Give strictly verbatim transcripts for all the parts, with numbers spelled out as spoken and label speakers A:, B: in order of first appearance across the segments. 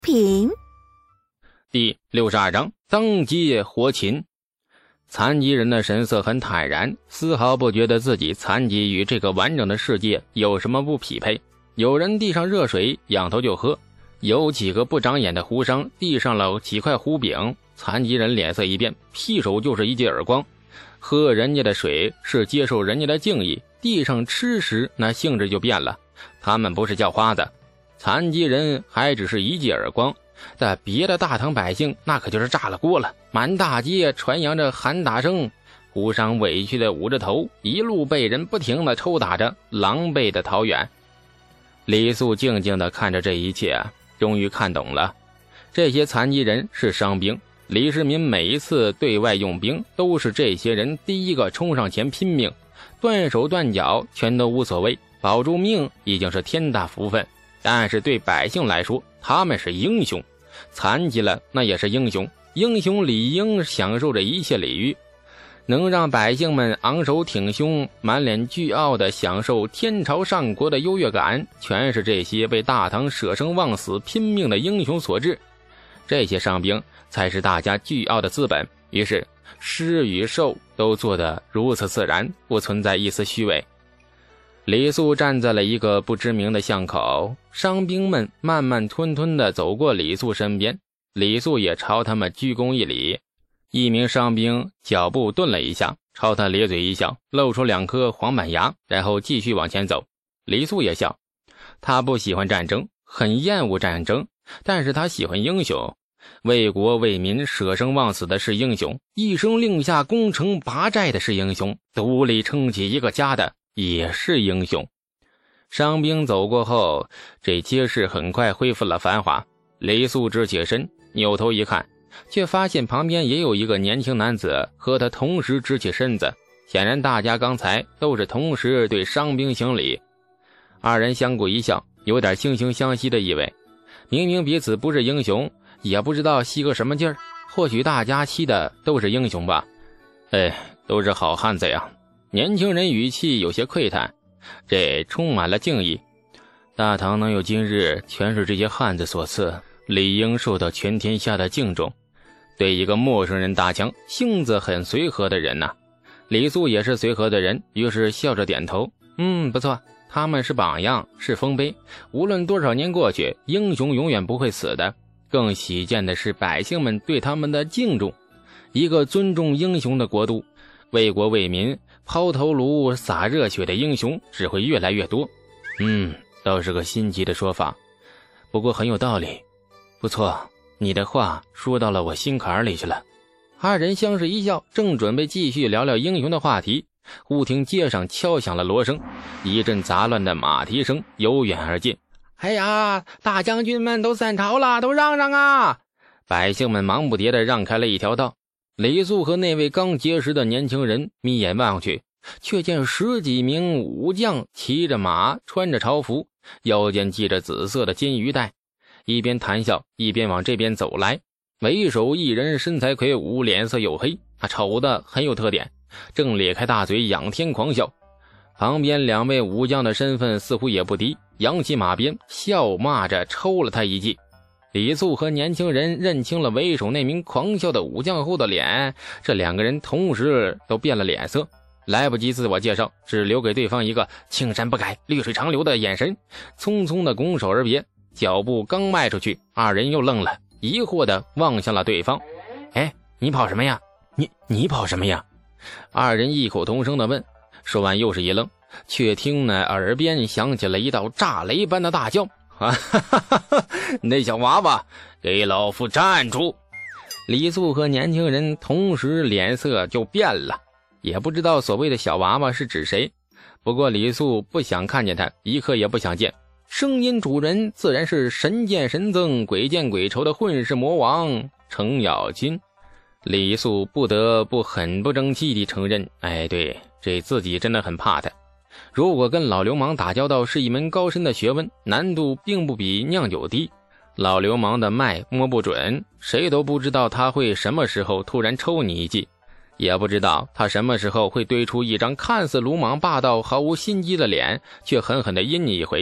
A: 评
B: 第六十二章当街活擒。残疾人的神色很坦然，丝毫不觉得自己残疾与这个完整的世界有什么不匹配。有人递上热水，仰头就喝；有几个不长眼的胡商递上了几块糊饼，残疾人脸色一变，劈手就是一记耳光。喝人家的水是接受人家的敬意，递上吃食那性质就变了。他们不是叫花子，残疾人还只是一记耳光，但别的大唐百姓那可就是炸了锅了，满大街传扬着喊打声。胡商委屈的捂着头，一路被人不停的抽打着，狼狈的逃远。李素静静地看着这一切，终于看懂了，这些残疾人是伤兵。李世民每一次对外用兵，都是这些人第一个冲上前拼命，断手断脚全都无所谓，保住命已经是天大福分。但是对百姓来说，他们是英雄，残疾了那也是英雄，英雄理应享受着一切礼遇。能让百姓们昂首挺胸，满脸倨傲地享受天朝上国的优越感，全是这些为大唐舍生忘死拼命的英雄所致。这些伤兵才是大家倨傲的资本。于是施与受都做得如此自然，不存在一丝虚伪。李素站在了一个不知名的巷口，伤兵们慢慢吞吞地走过李素身边，李素也朝他们鞠躬一礼。一名伤兵脚步顿了一下，朝他咧嘴一笑，露出两颗黄板牙，然后继续往前走。李素也笑，他不喜欢战争，很厌恶战争，但是他喜欢英雄。为国为民舍生忘死的是英雄，一声令下攻城拔寨的是英雄，独立撑起一个家的也是英雄。伤兵走过后，这街市很快恢复了繁华。李素直起身，扭头一看，却发现旁边也有一个年轻男子和他同时直起身子，显然大家刚才都是同时对伤兵行礼。二人相顾一笑，有点惺惺相惜的意味。明明彼此不是英雄，也不知道吸个什么劲儿，或许大家吸的都是英雄吧。哎，都是好汉子呀。年轻人语气有些喟叹，这充满了敬意。大唐能有今日，全是这些汉子所赐，理应受到全天下的敬重。对一个陌生人搭腔，性子很随和的人呐、啊。李素也是随和的人，于是笑着点头，嗯，不错，他们是榜样，是丰碑。无论多少年过去，英雄永远不会死的。更喜见的是百姓们对他们的敬重。一个尊重英雄的国度，为国为民抛头颅洒热血的英雄只会越来越多。嗯，倒是个新奇的说法，不过很有道理。不错，你的话说到了我心坎里去了。二人相视一笑，正准备继续聊聊英雄的话题，忽听街上敲响了锣声，一阵杂乱的马蹄声由远而近。哎呀，大将军们都散朝了，都让让啊！百姓们忙不迭地让开了一条道。李素和那位刚结识的年轻人眯眼望去，却见十几名武将骑着马，穿着朝服，腰间系着紫色的金鱼带，一边谈笑一边往这边走来。为首一人身材魁梧，脸色黝黑，他瞅得很有特点，正咧开大嘴仰天狂笑。旁边两位武将的身份似乎也不低，扬起马鞭笑骂着抽了他一记。李素和年轻人认清了为首那名狂笑的武将后的脸，这两个人同时都变了脸色，来不及自我介绍，只留给对方一个青山不改绿水长流的眼神，匆匆的拱手而别。脚步刚迈出去，二人又愣了，疑惑的望向了对方。哎，你跑什么呀？你你跑什么呀？二人异口同声的问。说完又是一愣，却听那耳边响起了一道炸雷般的大叫，啊哈哈哈哈！那小娃娃，给老夫站住！李素和年轻人同时脸色就变了，也不知道所谓的小娃娃是指谁。不过李素不想看见他，一刻也不想见。声音主人自然是神见神憎鬼见鬼愁的混世魔王程咬金。李素不得不很不争气地承认，哎，对，这自己真的很怕他。如果跟老流氓打交道是一门高深的学问，难度并不比酿酒低。老流氓的脉摸不准，谁都不知道他会什么时候突然抽你一记，也不知道他什么时候会堆出一张看似鲁莽霸道毫无心机的脸，却狠狠地阴你一回。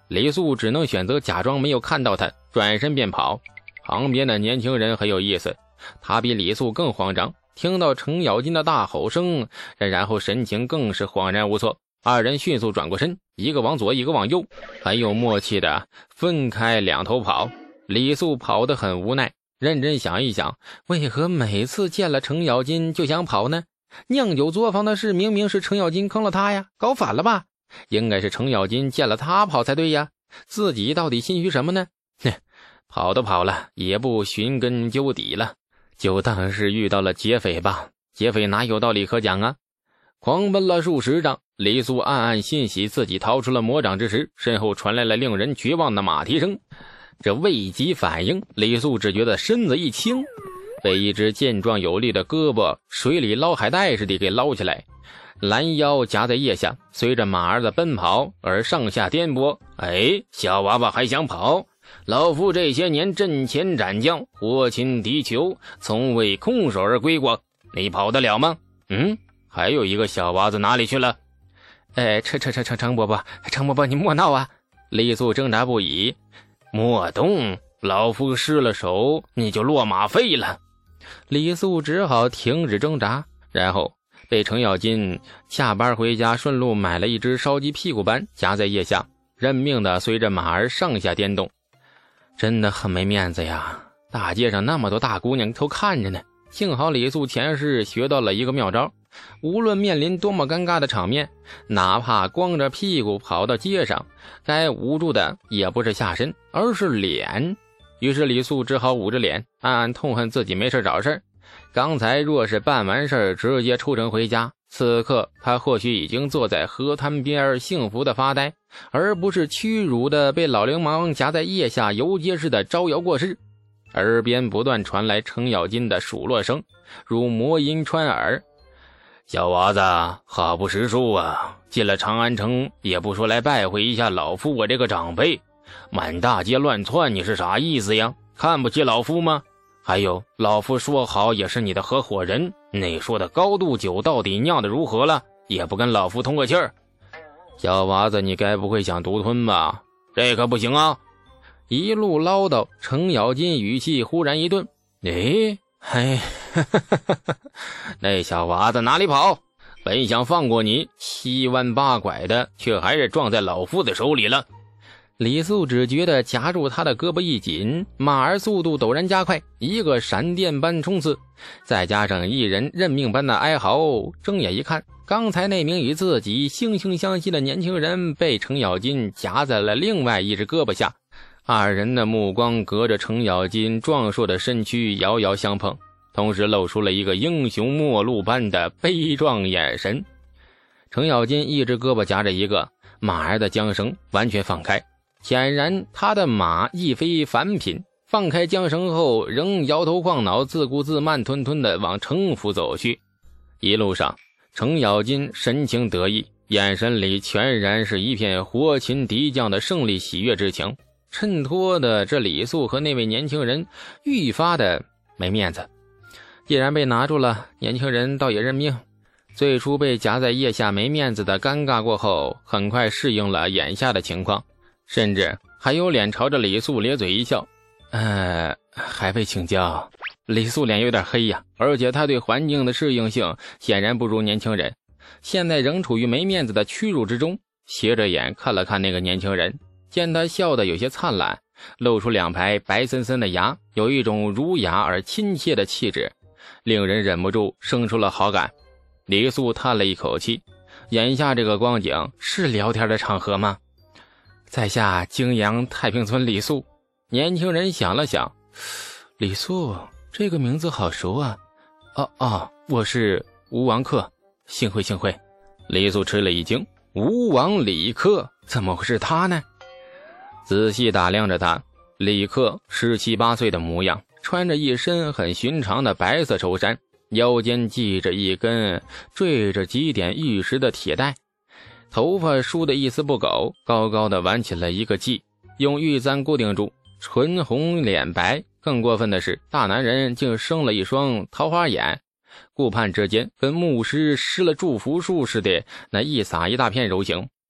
B: 李素只能选择假装没有看到他，转身便跑。旁边的年轻人很有意思，他比李素更慌张，听到程咬金的大吼声，然后神情更是恍然无措。二人迅速转过身，一个往左一个往右，很有默契的分开两头跑。李素跑得很无奈，认真想一想，为何每次见了程咬金就想跑呢？酿酒作坊的事明明是程咬金坑了他呀，搞反了吧？应该是程咬金见了他跑才对呀，自己到底心虚什么呢？哼，跑都跑了，也不寻根究底了，就当是遇到了劫匪吧。劫匪哪有道理可讲啊？狂奔了数十丈，李素暗暗欣喜自己逃出了魔掌之时，身后传来了令人绝望的马蹄声。这未及反应，李素只觉得身子一轻，被一只健壮有力的胳膊水里捞海带似的给捞起来，拦腰夹在腋下，随着马儿的奔跑而上下颠簸。哎，小娃娃还想跑？老夫这些年阵前斩将，活擒敌酋，从未空手而归过，你跑得了吗？嗯，还有一个小娃子哪里去了？哎，程程程程程伯伯，程伯伯你莫闹啊！李素挣扎不已。莫动，老夫失了手，你就落马废了。李素只好停止挣扎，然后被程咬金下班回家顺路买了一只烧鸡屁股板夹在腋下，认命的随着马儿上下颠动。真的很没面子呀，大街上那么多大姑娘都看着呢。幸好李素前世学到了一个妙招，无论面临多么尴尬的场面，哪怕光着屁股跑到街上，该捂住的也不是下身，而是脸。于是李素只好捂着脸，暗暗痛恨自己没事找事。刚才若是办完事直接出城回家，此刻他或许已经坐在河滩边幸福的发呆，而不是屈辱的被老流氓夹在腋下游街似的招摇过市。耳边不断传来程咬金的数落声，如魔音穿耳。小娃子好不识数啊，进了长安城也不说来拜会一下老夫我这个长辈，满大街乱窜，你是啥意思呀？看不起老夫吗？还有老夫说好也是你的合伙人，你说的高度酒到底酿得如何了？也不跟老夫通个气儿。小娃子你该不会想独吞吧？这可不行啊！一路唠叨，程咬金语气忽然一顿，诶，嘿，那小娃子哪里跑？本想放过你，七弯八拐的，却还是撞在老夫的手里了。李素只觉得夹住他的胳膊一紧，马儿速度陡然加快，一个闪电般冲刺，再加上一人认命般的哀嚎，睁眼一看，刚才那名与自己惺惺相惜的年轻人被程咬金夹在了另外一只胳膊下，二人的目光隔着程咬金壮硕的身躯遥遥相碰，同时露出了一个英雄末路般的悲壮眼神。程咬金一只胳膊夹着一个，马儿的缰绳完全放开，显然他的马亦非凡品，放开缰绳后仍摇头晃脑，自顾自慢吞吞地往程府走去。一路上程咬金神情得意，眼神里全然是一片活擒敌将的胜利喜悦之情，衬托的这李素和那位年轻人愈发的没面子。既然被拿住了，年轻人倒也认命。最初被夹在腋下没面子的尴尬过后，很快适应了眼下的情况，甚至还有脸朝着李素咧嘴一笑。呃，还未请教。李素脸有点黑呀，而且他对环境的适应性显然不如年轻人，现在仍处于没面子的屈辱之中，斜着眼看了看那个年轻人，见他笑得有些灿烂，露出两排白森森的牙，有一种儒雅而亲切的气质，令人忍不住生出了好感。李素叹了一口气，眼下这个光景是聊天的场合吗？在下泾阳太平村李素。年轻人想了想，李素这个名字好熟啊。哦哦，我是吴王克，幸会幸会。李素吃了一惊，吴王李克，怎么会是他呢？仔细打量着他，李克十七八岁的模样，穿着一身很寻常的白色绸衫，腰间系着一根缀着几点玉石的铁带，头发梳得一丝不苟，高高的挽起了一个髻，用玉簪固定住，唇红脸白。更过分的是，大男人竟生了一双桃花眼，顾盼之间跟牧师施了祝福术似的，那一撒一大片柔情。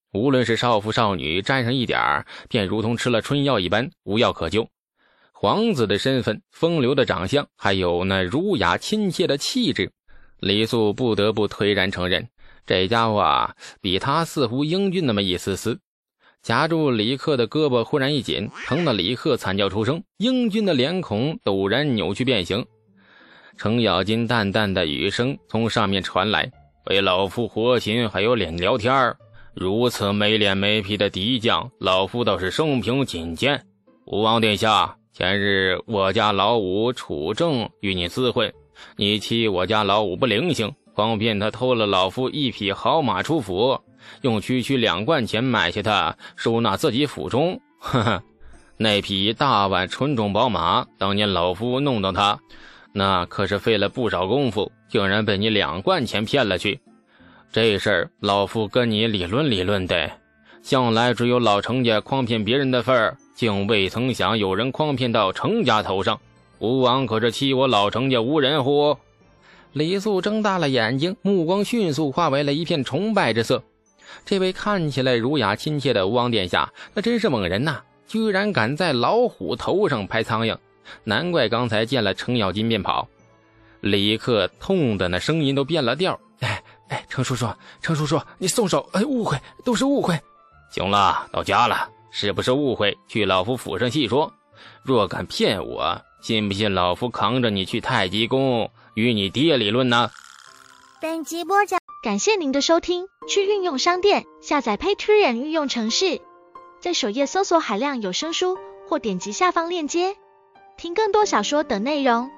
B: 无论是少妇少女，沾上一点儿，便如同吃了春药一般，无药可救。皇子的身份，风流的长相，还有那儒雅亲切的气质，李素不得不颓然承认，这家伙啊，比他似乎英俊那么一丝丝。夹住李克的胳膊忽然一紧，疼得李克惨叫出声，英俊的脸孔陡然扭曲变形。程咬金淡淡的语声从上面传来：为老夫活擒还有脸聊天，如此没脸没皮的敌将，老夫倒是生平仅见。吴王殿下，前日我家老五楚正与你厮混，你欺我家老五不灵性，方便他偷了老夫一匹好马出府，用区区两贯钱买下他，收纳自己府中。呵呵，那匹大宛纯种宝马，当年老夫弄到他，那可是费了不少功夫，竟然被你两贯钱骗了去。这事儿老夫跟你理论理论的，向来只有老程家诓骗别人的份儿，竟未曾想有人诓骗到程家头上。吴王可是欺我老程家无人乎？李素睁大了眼睛，目光迅速化为了一片崇拜之色。这位看起来儒雅亲切的吴王殿下，那真是猛人呐，居然敢在老虎头上拍苍蝇，难怪刚才见了程咬金便跑。李克痛的那声音都变了调：哎哎，程叔叔，程叔叔，你松手！哎，误会，都是误会。行了，到家了，是不是误会？去老夫府上细说。若敢骗我，信不信老夫扛着你去太极宫与你爹理论呢？
A: 本集播讲，感谢您的收听。去运用商店下载 Patreon 运用程式，在首页搜索海量有声书，或点击下方链接听更多小说等内容。